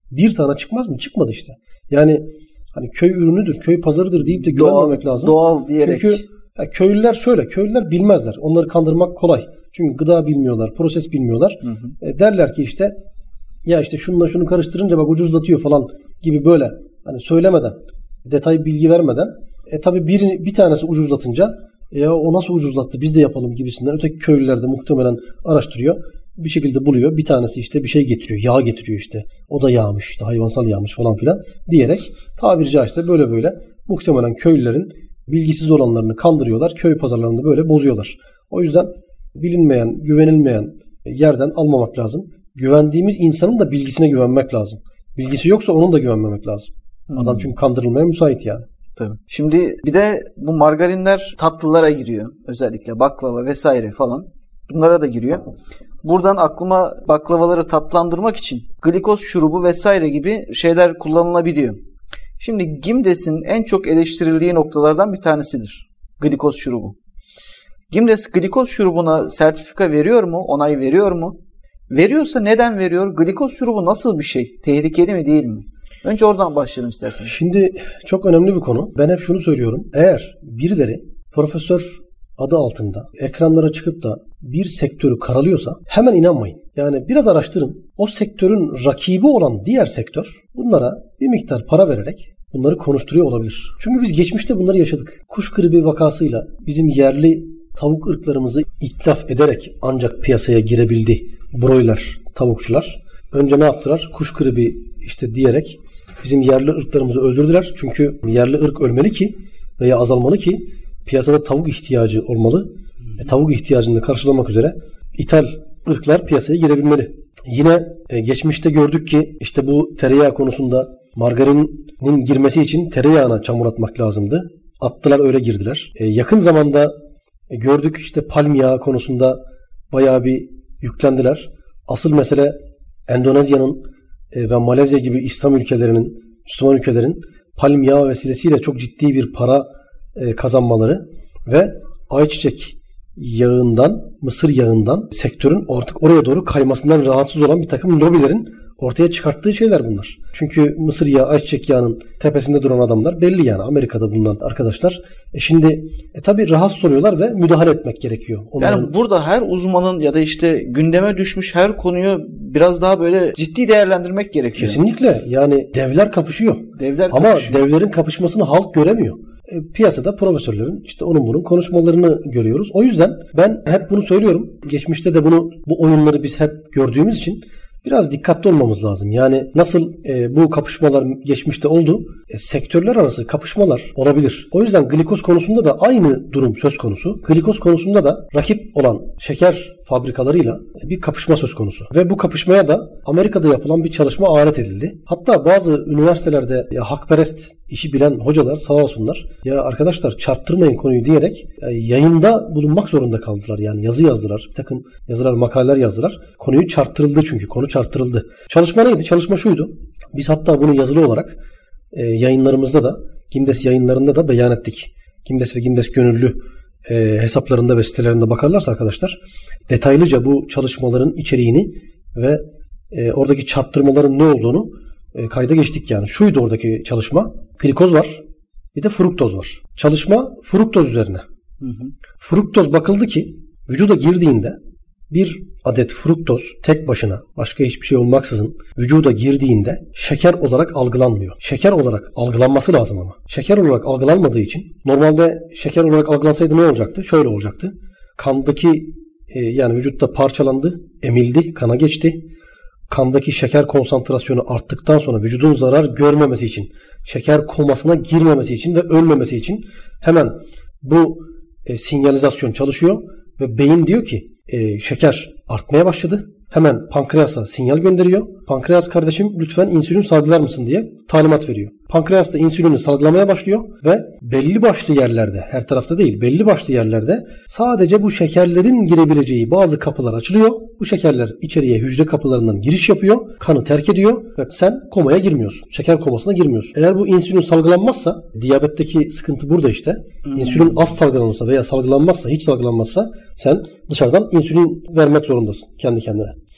Speaker 2: Bir tane çıkmaz mı? Çıkmadı işte. Yani hani köy ürünüdür, köy pazarıdır deyip de güvenmemek
Speaker 1: doğal,
Speaker 2: lazım.
Speaker 1: Doğal diyerek.
Speaker 2: Çünkü ya köylüler şöyle, köylüler bilmezler. Onları kandırmak kolay. Çünkü gıda bilmiyorlar, proses bilmiyorlar. Hı hı. E, derler ki işte ya işte şununla şunu karıştırınca bak ucuzlatıyor falan gibi böyle hani söylemeden, detay bilgi vermeden e tabii bir, bir tanesi ucuzlatınca ya o nasıl ucuzlattı biz de yapalım gibisinden öteki köylüler de muhtemelen araştırıyor. Bir şekilde buluyor. Bir tanesi işte bir şey getiriyor. Yağ getiriyor işte. O da yağmış işte hayvansal yağmış falan filan diyerek tabiri caizse böyle böyle muhtemelen köylülerin bilgisiz olanlarını kandırıyorlar. Köy pazarlarında böyle bozuyorlar. O yüzden bilinmeyen, güvenilmeyen yerden almamak lazım. Güvendiğimiz insanın da bilgisine güvenmek lazım. Bilgisi yoksa onun da güvenmemek lazım. Hmm. Adam çünkü kandırılmaya müsait yani.
Speaker 1: Tabii. Şimdi bir de bu margarinler tatlılara giriyor. Özellikle baklava vesaire falan. Bunlara da giriyor. Buradan aklıma baklavaları tatlandırmak için glikoz şurubu vesaire gibi şeyler kullanılabiliyor. Şimdi Gimdes'in en çok eleştirildiği noktalardan bir tanesidir glikoz şurubu. Gimdes glikoz şurubuna sertifika veriyor mu? Onay veriyor mu? Veriyorsa neden veriyor? Glikoz şurubu nasıl bir şey? Tehlikeli mi değil mi? Önce oradan başlayalım isterseniz.
Speaker 2: Şimdi çok önemli bir konu. Ben hep şunu söylüyorum. Eğer birileri profesör adı altında ekranlara çıkıp da bir sektörü karalıyorsa hemen inanmayın. Yani biraz araştırın. O sektörün rakibi olan diğer sektör bunlara bir miktar para vererek bunları konuşturuyor olabilir. Çünkü biz geçmişte bunları yaşadık. Kuş gribi vakasıyla bizim yerli tavuk ırklarımızı itlaf ederek ancak piyasaya girebildi broiler tavukçular. Önce ne yaptılar? Kuş gribi işte diyerek bizim yerli ırklarımızı öldürdüler. Çünkü yerli ırk ölmeli ki veya azalmalı ki piyasada tavuk ihtiyacı olmalı. E, tavuk ihtiyacını da karşılamak üzere ithal ırklar piyasaya girebilmeli. Yine e, geçmişte gördük ki işte bu tereyağı konusunda margarinin girmesi için tereyağına çamur atmak lazımdı. Attılar, öyle girdiler. E, yakın zamanda e, gördük işte palm yağı konusunda bayağı bir yüklendiler. Asıl mesele Endonezya'nın e, ve Malezya gibi İslam ülkelerinin, Müslüman ülkelerin palm yağı vesilesiyle çok ciddi bir para e, kazanmaları ve ayçiçek yağından, mısır yağından sektörün artık oraya doğru kaymasından rahatsız olan bir takım lobilerin ortaya çıkarttığı şeyler bunlar. Çünkü mısır yağı, ayçiçek yağının tepesinde duran adamlar belli yani. Amerika'da bulunan arkadaşlar. E şimdi e tabii rahatsız oluyorlar ve müdahale etmek gerekiyor. Onların...
Speaker 1: Yani burada her uzmanın ya da işte gündeme düşmüş her konuyu biraz daha böyle ciddi değerlendirmek gerekiyor.
Speaker 2: Kesinlikle. Yani devler kapışıyor.
Speaker 1: Devler
Speaker 2: Ama
Speaker 1: kapışıyor.
Speaker 2: devlerin kapışmasını halk göremiyor. E, piyasada profesörlerin işte onun bunun konuşmalarını görüyoruz. O yüzden ben hep bunu söylüyorum. Geçmişte de bunu bu oyunları biz hep gördüğümüz için biraz dikkatli olmamız lazım. Yani nasıl e, bu kapışmalar geçmişte oldu, e, sektörler arası kapışmalar olabilir. O yüzden glikoz konusunda da aynı durum söz konusu. Glikoz konusunda da rakip olan şeker fabrikalarıyla bir kapışma söz konusu. Ve bu kapışmaya da Amerika'da yapılan bir çalışma alet edildi. Hatta bazı üniversitelerde ya hakperest işi bilen hocalar sağ olsunlar ya arkadaşlar çarptırmayın konuyu diyerek e, yayında bulunmak zorunda kaldılar. Yani yazı yazdılar. Bir takım yazılar, makaleler yazdılar. Konuyu çarptırıldı çünkü. Konu çarptırıldı. Çalışma neydi? Çalışma şuydu. Biz hatta bunu yazılı olarak e, yayınlarımızda da Gimdes yayınlarında da beyan ettik. Gimdes ve Gimdes Gönüllü e, hesaplarında ve sitelerinde bakarlarsa arkadaşlar detaylıca bu çalışmaların içeriğini ve e, oradaki çarptırmaların ne olduğunu e, kayda geçtik yani. Şuydu oradaki çalışma. Glikoz var. Bir de fruktoz var. Çalışma fruktoz üzerine. Hı hı. Fruktoz bakıldı ki vücuda girdiğinde bir adet fruktoz tek başına başka hiçbir şey olmaksızın vücuda girdiğinde şeker olarak algılanmıyor. Şeker olarak algılanması lazım ama. Şeker olarak algılanmadığı için normalde şeker olarak algılansaydı ne olacaktı? Şöyle olacaktı. Kandaki e, yani vücutta parçalandı, emildi, kana geçti. Kandaki şeker konsantrasyonu arttıktan sonra vücudun zarar görmemesi için, şeker komasına girmemesi için ve ölmemesi için hemen bu e, sinyalizasyon çalışıyor ve beyin diyor ki e, şeker artmaya başladı. Hemen pankreasa sinyal gönderiyor. Pankreas kardeşim lütfen insülin salgılar mısın diye talimat veriyor. Pankreas da insülini salgılamaya başlıyor ve belli başlı yerlerde, her tarafta değil, belli başlı yerlerde sadece bu şekerlerin girebileceği bazı kapılar açılıyor. Bu şekerler içeriye hücre kapılarından giriş yapıyor, kanı terk ediyor ve sen komaya girmiyorsun. Şeker komasına girmiyorsun. Eğer bu insülin salgılanmazsa, diyabetteki sıkıntı burada işte. Hmm. İnsülin az salgılanırsa veya salgılanmazsa, hiç salgılanmazsa sen dışarıdan insülin vermek zorundasın kendi kendine.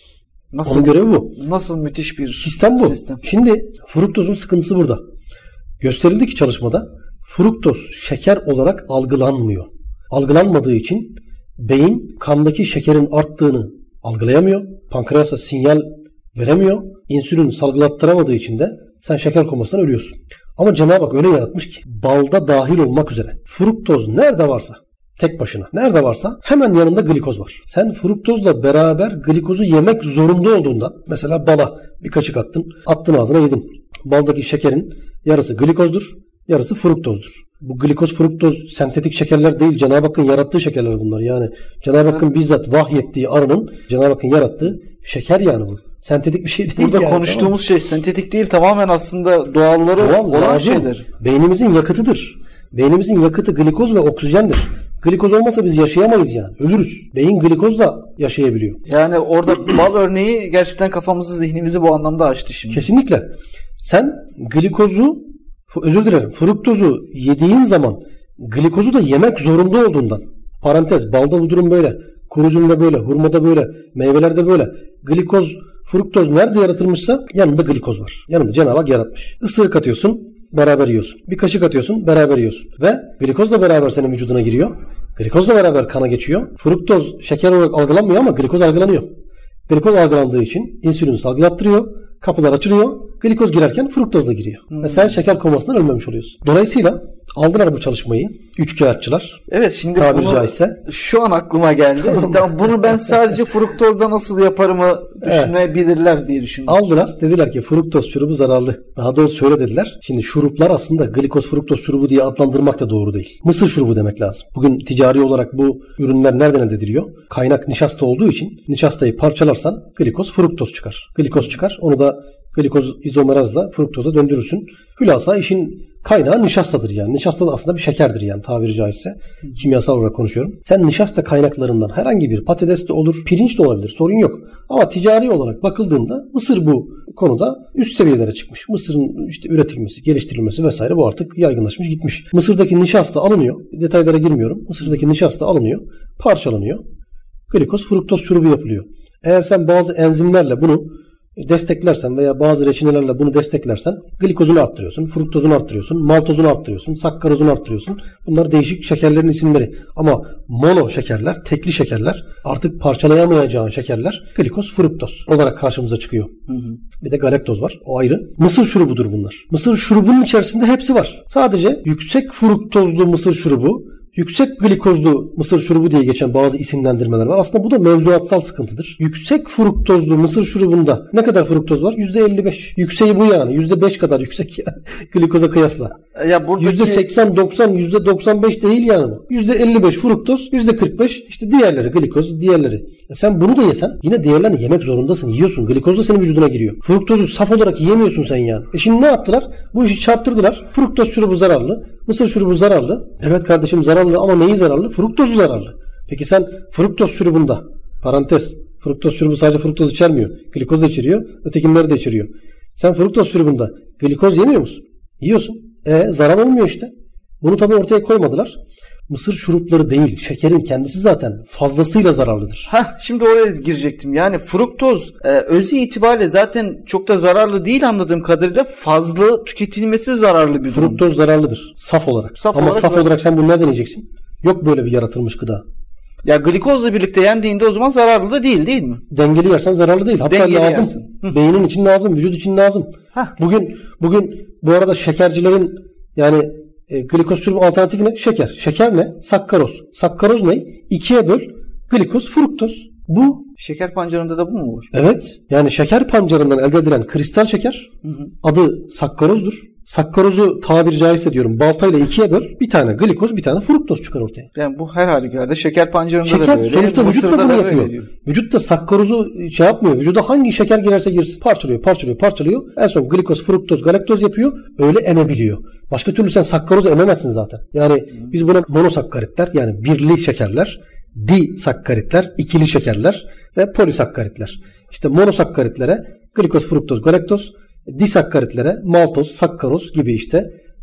Speaker 1: Nasıl,
Speaker 2: Onun görevi bu.
Speaker 1: Nasıl müthiş bir
Speaker 2: sistem bu.
Speaker 1: Sistem.
Speaker 2: Şimdi fruktozun sıkıntısı burada. Gösterildi ki çalışmada fruktoz şeker olarak algılanmıyor. Algılanmadığı için beyin kandaki şekerin arttığını algılayamıyor. Pankreasa sinyal veremiyor. İnsülin salgılattıramadığı için de sen şeker komasından ölüyorsun. Ama Cenab-ı Hak öyle yaratmış ki balda dahil olmak üzere fruktoz nerede varsa tek başına nerede varsa hemen yanında glikoz var. Sen fruktozla beraber glikozu yemek zorunda olduğundan mesela bala bir kaşık attın, attın ağzına yedin. Baldaki şekerin yarısı glikozdur, yarısı fruktozdur. Bu glikoz, fruktoz sentetik şekerler değil. Cenab-ı Hakk'ın yarattığı şekerler bunlar. Yani Cenab-ı Hakk'ın bizzat vahyettiği arının Cenab-ı Hakk'ın yarattığı şeker yani bu. Sentetik bir şey değil.
Speaker 1: Burada
Speaker 2: yani,
Speaker 1: konuştuğumuz
Speaker 2: tamam.
Speaker 1: şey sentetik değil, tamamen aslında doğalları
Speaker 2: Doğal,
Speaker 1: olan
Speaker 2: lazım.
Speaker 1: şeyler.
Speaker 2: Beynimizin yakıtıdır. Beynimizin yakıtı glikoz ve oksijendir. Glikoz olmasa biz yaşayamayız yani. Ölürüz. Beyin glikozla yaşayabiliyor.
Speaker 1: Yani orada bal örneği gerçekten kafamızı, zihnimizi bu anlamda açtı şimdi.
Speaker 2: Kesinlikle. Sen glikozu, özür dilerim, fruktozu yediğin zaman glikozu da yemek zorunda olduğundan, parantez, balda bu durum böyle, kuru üzümde böyle, hurmada böyle, meyvelerde böyle. Glikoz, fruktoz nerede yaratılmışsa yanında glikoz var. Yanında Cenab-ı Hak yaratmış. Isırık atıyorsun, beraber yiyorsun. Bir kaşık atıyorsun, beraber yiyorsun. Ve glikozla beraber senin vücuduna giriyor. Glikozla beraber kana geçiyor. Fruktoz şeker olarak algılanmıyor ama glikoz algılanıyor. Glikoz algılandığı için insülin salgılattırıyor. Kapılar açılıyor. Glikoz girerken fruktoz da giriyor. Hmm. Ve sen şeker komasından ölmemiş oluyorsun. Dolayısıyla aldılar bu çalışmayı üçkağıtçılar.
Speaker 1: Evet, şimdi
Speaker 2: tabiri
Speaker 1: bunu,
Speaker 2: caizse.
Speaker 1: Şu an aklıma geldi. Bunu ben sadece fruktozda nasıl yaparımı düşünebilirler evet. diye düşündüm.
Speaker 2: Aldılar. Dediler ki fruktoz şurubu zararlı. Daha doğrusu şöyle dediler. Şimdi şuruplar aslında glikoz fruktoz şurubu diye adlandırmak da doğru değil. Mısır şurubu demek lazım. Bugün ticari olarak bu ürünler nereden elde ediliyor? Kaynak nişasta olduğu için nişastayı parçalarsan glikoz fruktoz çıkar. Glikoz çıkar. Onu da glikoz izomerazla fruktoza döndürürsün. Hülasa işin kaynağı nişastadır yani. Nişasta da aslında bir şekerdir yani tabiri caizse. Kimyasal olarak konuşuyorum. Sen nişasta kaynaklarından herhangi bir patates de olur, pirinç de olabilir. Sorun yok. Ama ticari olarak bakıldığında mısır bu konuda üst seviyelere çıkmış. Mısırın işte üretilmesi, geliştirilmesi vesaire bu artık yaygınlaşmış gitmiş. Mısırdaki nişasta alınıyor. Detaylara girmiyorum. Mısırdaki nişasta alınıyor, parçalanıyor. Glikoz fruktoz şurubu yapılıyor. Eğer sen bazı enzimlerle bunu desteklersen veya bazı reçinelerle bunu desteklersen glikozunu arttırıyorsun, fruktozunu arttırıyorsun, maltozunu arttırıyorsun, sakkarozunu arttırıyorsun. Bunlar değişik şekerlerin isimleri. Ama mono şekerler, tekli şekerler, artık parçalayamayacağın şekerler glikoz, fruktoz olarak karşımıza çıkıyor. Hı hı. Bir de galaktoz var. O ayrı. Mısır şurubudur bunlar. Mısır şurubunun içerisinde hepsi var. Sadece yüksek fruktozlu mısır şurubu, yüksek glikozlu mısır şurubu diye geçen bazı isimlendirmeler var. Aslında bu da mevzuatsal sıkıntıdır. Yüksek fruktozlu mısır şurubunda ne kadar fruktoz var? yüzde elli beş. Yükseği bu yani. yüzde beş kadar yüksek yani. Glikoza kıyasla. Ya buradaki... yüzde seksen doksan, yüzde doksan beş değil yani. yüzde elli beş fruktoz, yüzde kırk beş işte diğerleri glikoz, diğerleri. E sen bunu da yesen yine diğerlerini yemek zorundasın. Yiyorsun. Glikoz da senin vücuduna giriyor. Fruktozu saf olarak yiyemiyorsun sen yani. E şimdi ne yaptılar? Bu işi çarptırdılar. Fruktoz şurubu zararlı. Mısır şurubu zararlı. Evet kardeşim zararlı ama neyi zararlı? Fruktozu zararlı. Peki sen fruktoz şurubunda, parantez, fruktoz şurubu sadece fruktoz içermiyor. Glikoz da içeriyor, ötekileri de içeriyor. Sen fruktoz şurubunda glikoz yemiyor musun? Yiyorsun. E zarar olmuyor işte. Bunu tabii ortaya koymadılar. Mısır şurupları değil, şekerin kendisi zaten fazlasıyla zararlıdır.
Speaker 1: Hah, şimdi oraya girecektim. Yani fruktoz e, özü itibariyle zaten çok da zararlı değil anladığım kadarıyla, fazla tüketilmesi zararlı bir durum.
Speaker 2: Fruktoz zararlıdır saf olarak.
Speaker 1: Saf
Speaker 2: Ama
Speaker 1: olarak
Speaker 2: saf
Speaker 1: zaten...
Speaker 2: olarak sen bunu nereden yiyeceksin? Yok böyle bir yaratılmış gıda.
Speaker 1: Ya glikozla birlikte yendiğinde o zaman zararlı da değil değil mi?
Speaker 2: Dengeli yersen zararlı değil. Hatta
Speaker 1: Dengeli
Speaker 2: lazım. Beynin için lazım, vücut için lazım. Hah. Bugün bugün bu arada şekercilerin yani E, glikoz şurubu alternatifi ne? Şeker. Şeker ne? Sakkaroz. Sakkaroz ne? İkiye böl. Glikoz, fruktoz. Bu.
Speaker 1: Şeker pancarında da bu mu var?
Speaker 2: Evet. Yani şeker pancarından elde edilen kristal şeker, hı hı, adı sakkarozdur. Sakkarozu tabiri caizse diyorum baltayla ikiye böl. Bir tane glikoz, bir tane fruktoz çıkar ortaya.
Speaker 1: Yani bu her halükarda şeker pancarında
Speaker 2: şeker,
Speaker 1: da böyle.
Speaker 2: Sonuçta vücut da bunu yapıyor.
Speaker 1: Diyor.
Speaker 2: Vücut da sakkarozu şey yapmıyor. Vücuda hangi şeker girerse girsin parçalıyor, parçalıyor, parçalıyor. En son glikoz, fruktoz, galaktoz yapıyor. Öyle emebiliyor. Başka türlü sen sakkarozu ememezsin zaten. Yani hmm. biz buna monosakkaritler yani birli şekerler, disakkaritler, ikili şekerler ve polisakkaritler. İşte monosakkaritlere glikoz, fruktoz, galaktoz, disakkaritlere maltoz, sakkaroz gibi işte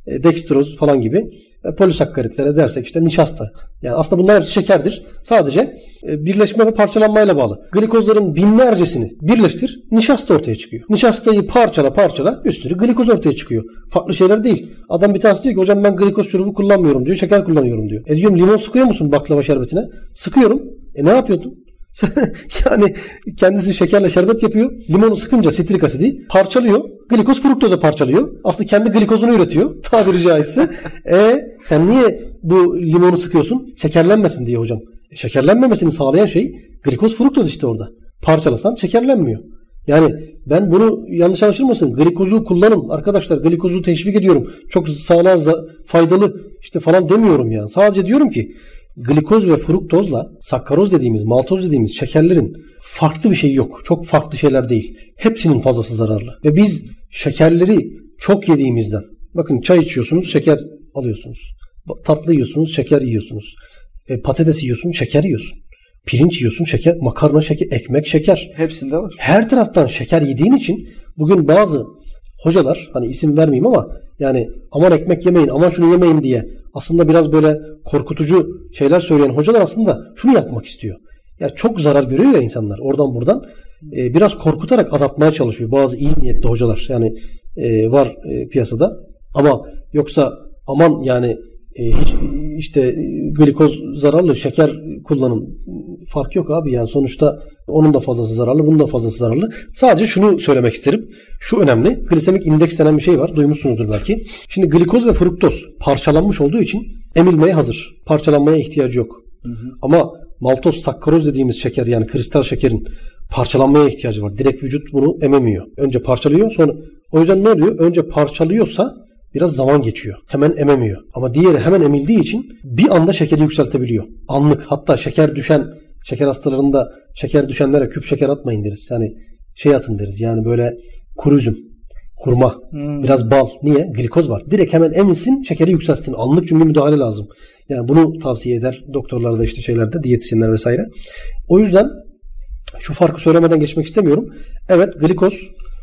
Speaker 2: e, dekstroz falan gibi e, polisakaritlere dersek işte nişasta. Yani aslında bunlar hepsi şekerdir. Sadece e, birleşme ve parçalanmayla bağlı. Glikozların binlercesini birleştir, nişasta ortaya çıkıyor. Nişastayı parçala parçala bir sürü glikoz ortaya çıkıyor. Farklı şeyler değil. Adam bir tanesi diyor ki hocam ben glikoz şurubu kullanmıyorum diyor, şeker kullanıyorum diyor. E diyorum limon sıkıyor musun baklava şerbetine? Sıkıyorum. E ne yapıyordun? Yani kendisi şekerle şerbet yapıyor. Limonu sıkınca sitrik asidi parçalıyor. Glikoz fruktoza parçalıyor. Aslında kendi glikozunu üretiyor. Tabiri caizse. E sen niye bu limonu sıkıyorsun? Şekerlenmesin diye hocam. E, şekerlenmemesini sağlayan şey glikoz fruktoz işte orada. Parçalasan şekerlenmiyor. Yani ben bunu yanlış anlaşılmasın. Glikozu kullanın arkadaşlar. Glikozu teşvik ediyorum. Çok sağlığa faydalı işte falan demiyorum yani. Sadece diyorum ki glikoz ve fruktozla sakkaroz dediğimiz, maltoz dediğimiz şekerlerin farklı bir şeyi yok. Çok farklı şeyler değil. Hepsinin fazlası zararlı. Ve biz şekerleri çok yediğimizden, bakın çay içiyorsunuz, şeker alıyorsunuz. Tatlı yiyorsunuz, şeker yiyorsunuz. E, patates yiyorsun, şeker yiyorsun. Pirinç yiyorsun, şeker, makarna, şeker, ekmek, şeker.
Speaker 1: Hepsinde var.
Speaker 2: Her taraftan şeker yediğin için bugün bazı hocalar, hani isim vermeyeyim ama yani aman ekmek yemeyin, aman şunu yemeyin diye aslında biraz böyle korkutucu şeyler söyleyen hocalar aslında şunu yapmak istiyor. Ya çok zarar görüyor ya insanlar oradan buradan. E, biraz korkutarak azaltmaya çalışıyor bazı iyi niyetli hocalar. Yani e, var e, piyasada. Ama yoksa aman yani e, hiç işte glikoz zararlı, şeker kullanın. Fark yok abi yani sonuçta onun da fazlası zararlı, bunun da fazlası zararlı. Sadece şunu söylemek isterim. Şu önemli. Glisemik indeks denen bir şey var. Duymuşsunuzdur belki. Şimdi glikoz ve fruktoz parçalanmış olduğu için emilmeye hazır. Parçalanmaya ihtiyacı yok. Hı hı. Ama maltoz, sakkaroz dediğimiz şeker yani kristal şekerin parçalanmaya ihtiyacı var. Direkt vücut bunu ememiyor. Önce parçalıyor sonra o yüzden ne oluyor? Önce parçalıyorsa biraz zaman geçiyor. Hemen ememiyor. Ama diğeri hemen emildiği için bir anda şekeri yükseltebiliyor. Anlık. Hatta şeker düşen şeker hastalarında şeker düşenlere küp şeker atmayın deriz. Yani şey atın deriz. Yani böyle kuru üzüm, hurma, hmm. biraz bal. Niye? Glikoz var. Direkt hemen emilsin, şekeri yükseltsin. Anlık çünkü müdahale lazım. Yani bunu tavsiye eder doktorlar da işte şeylerde, diyetisyenler vesaire. O yüzden şu farkı söylemeden geçmek istemiyorum. Evet, glikoz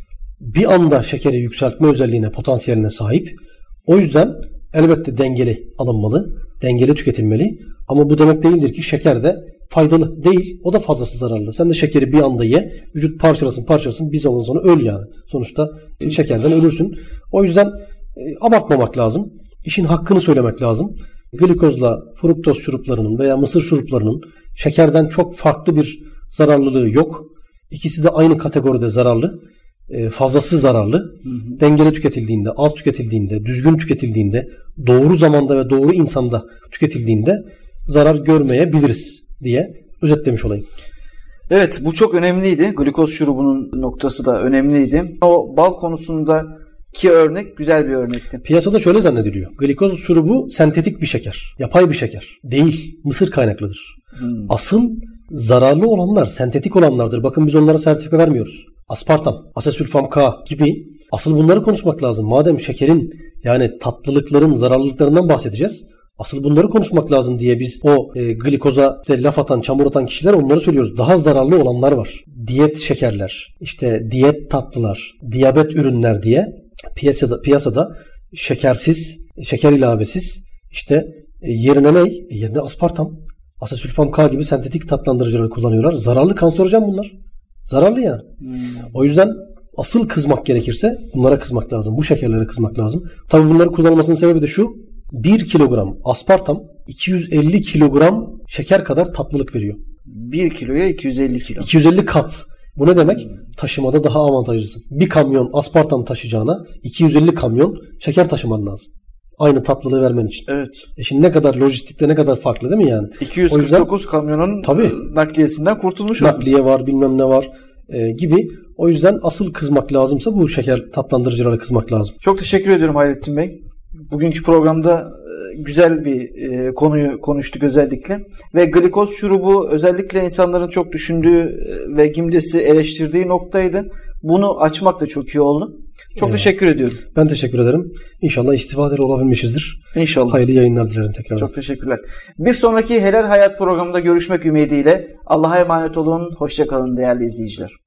Speaker 2: bir anda şekeri yükseltme özelliğine, potansiyeline sahip. O yüzden elbette dengeli alınmalı, dengeli tüketilmeli. Ama bu demek değildir ki şeker de faydalı değil. O da fazlası zararlı. Sen de şekeri bir anda ye, vücut parçalasın parçalasın bir zaman sonra öl yani. Sonuçta şekerden ölürsün. O yüzden e, abartmamak lazım. İşin hakkını söylemek lazım. Glikozla fruktoz şuruplarının veya mısır şuruplarının şekerden çok farklı bir zararlılığı yok. İkisi de aynı kategoride zararlı. E, fazlası zararlı. Hı hı. Dengeli tüketildiğinde, az tüketildiğinde, düzgün tüketildiğinde, doğru zamanda ve doğru insanda tüketildiğinde zarar görmeyebiliriz diye özetlemiş olayım.
Speaker 1: Evet, bu çok önemliydi. Glikoz şurubunun noktası da önemliydi. O bal konusundaki örnek güzel bir örnekti.
Speaker 2: Piyasada şöyle zannediliyor. Glikoz şurubu sentetik bir şeker. Yapay bir şeker. Değil. Mısır kaynaklıdır. Hmm. Asıl zararlı olanlar sentetik olanlardır. Bakın biz onlara sertifika vermiyoruz. Aspartam, asesülfam K gibi asıl bunları konuşmak lazım. Madem şekerin yani tatlılıkların zararlılıklarından bahsedeceğiz. Asıl bunları konuşmak lazım diye biz o e, glikoza işte laf atan, çamur atan kişiler onları söylüyoruz. Daha zararlı olanlar var. Diyet şekerler, işte diyet tatlılar, diyabet ürünler diye piyasada piyasada şekersiz, şeker ilavesiz işte e, yerine ne? E, yerine aspartam, asesülfam K gibi sentetik tatlandırıcıları kullanıyorlar. Zararlı, kanserojen bunlar. Zararlı yani. Hmm. O yüzden asıl kızmak gerekirse bunlara kızmak lazım. Bu şekerlere kızmak lazım. Tabii bunları kullanılmasının sebebi de şu. bir kilogram aspartam iki yüz elli kilogram şeker kadar tatlılık veriyor.
Speaker 1: bir kiloya iki yüz elli kilo.
Speaker 2: iki yüz elli kat. Bu ne demek? Hmm. Taşımada daha avantajlısın. Bir kamyon aspartam taşıyacağına iki yüz elli kamyon şeker taşıman lazım. Aynı tatlılığı vermen için.
Speaker 1: Evet.
Speaker 2: E şimdi ne kadar lojistikte ne kadar farklı değil mi yani?
Speaker 1: iki yüz kırk dokuz yüzden, kamyonun tabii, nakliyesinden kurtulmuş
Speaker 2: olduk. Nakliye var, bilmem ne var e, gibi. O yüzden asıl kızmak lazımsa bu şeker tatlandırıcılara kızmak lazım.
Speaker 1: Çok teşekkür ediyorum Hayrettin Bey. Bugünkü programda güzel bir konuyu konuştuk özellikle. Ve glikoz şurubu özellikle insanların çok düşündüğü ve Gimdes'i eleştirdiği noktaydı. Bunu açmak da çok iyi oldu. Çok evet. Teşekkür ediyorum.
Speaker 2: Ben teşekkür ederim. İnşallah istifadeli olabilmişizdir.
Speaker 1: İnşallah.
Speaker 2: Hayırlı yayınlar dilerim tekrar.
Speaker 1: Çok teşekkürler. Bir sonraki Helal Hayat programında görüşmek ümidiyle. Allah'a emanet olun. Hoşça kalın değerli izleyiciler.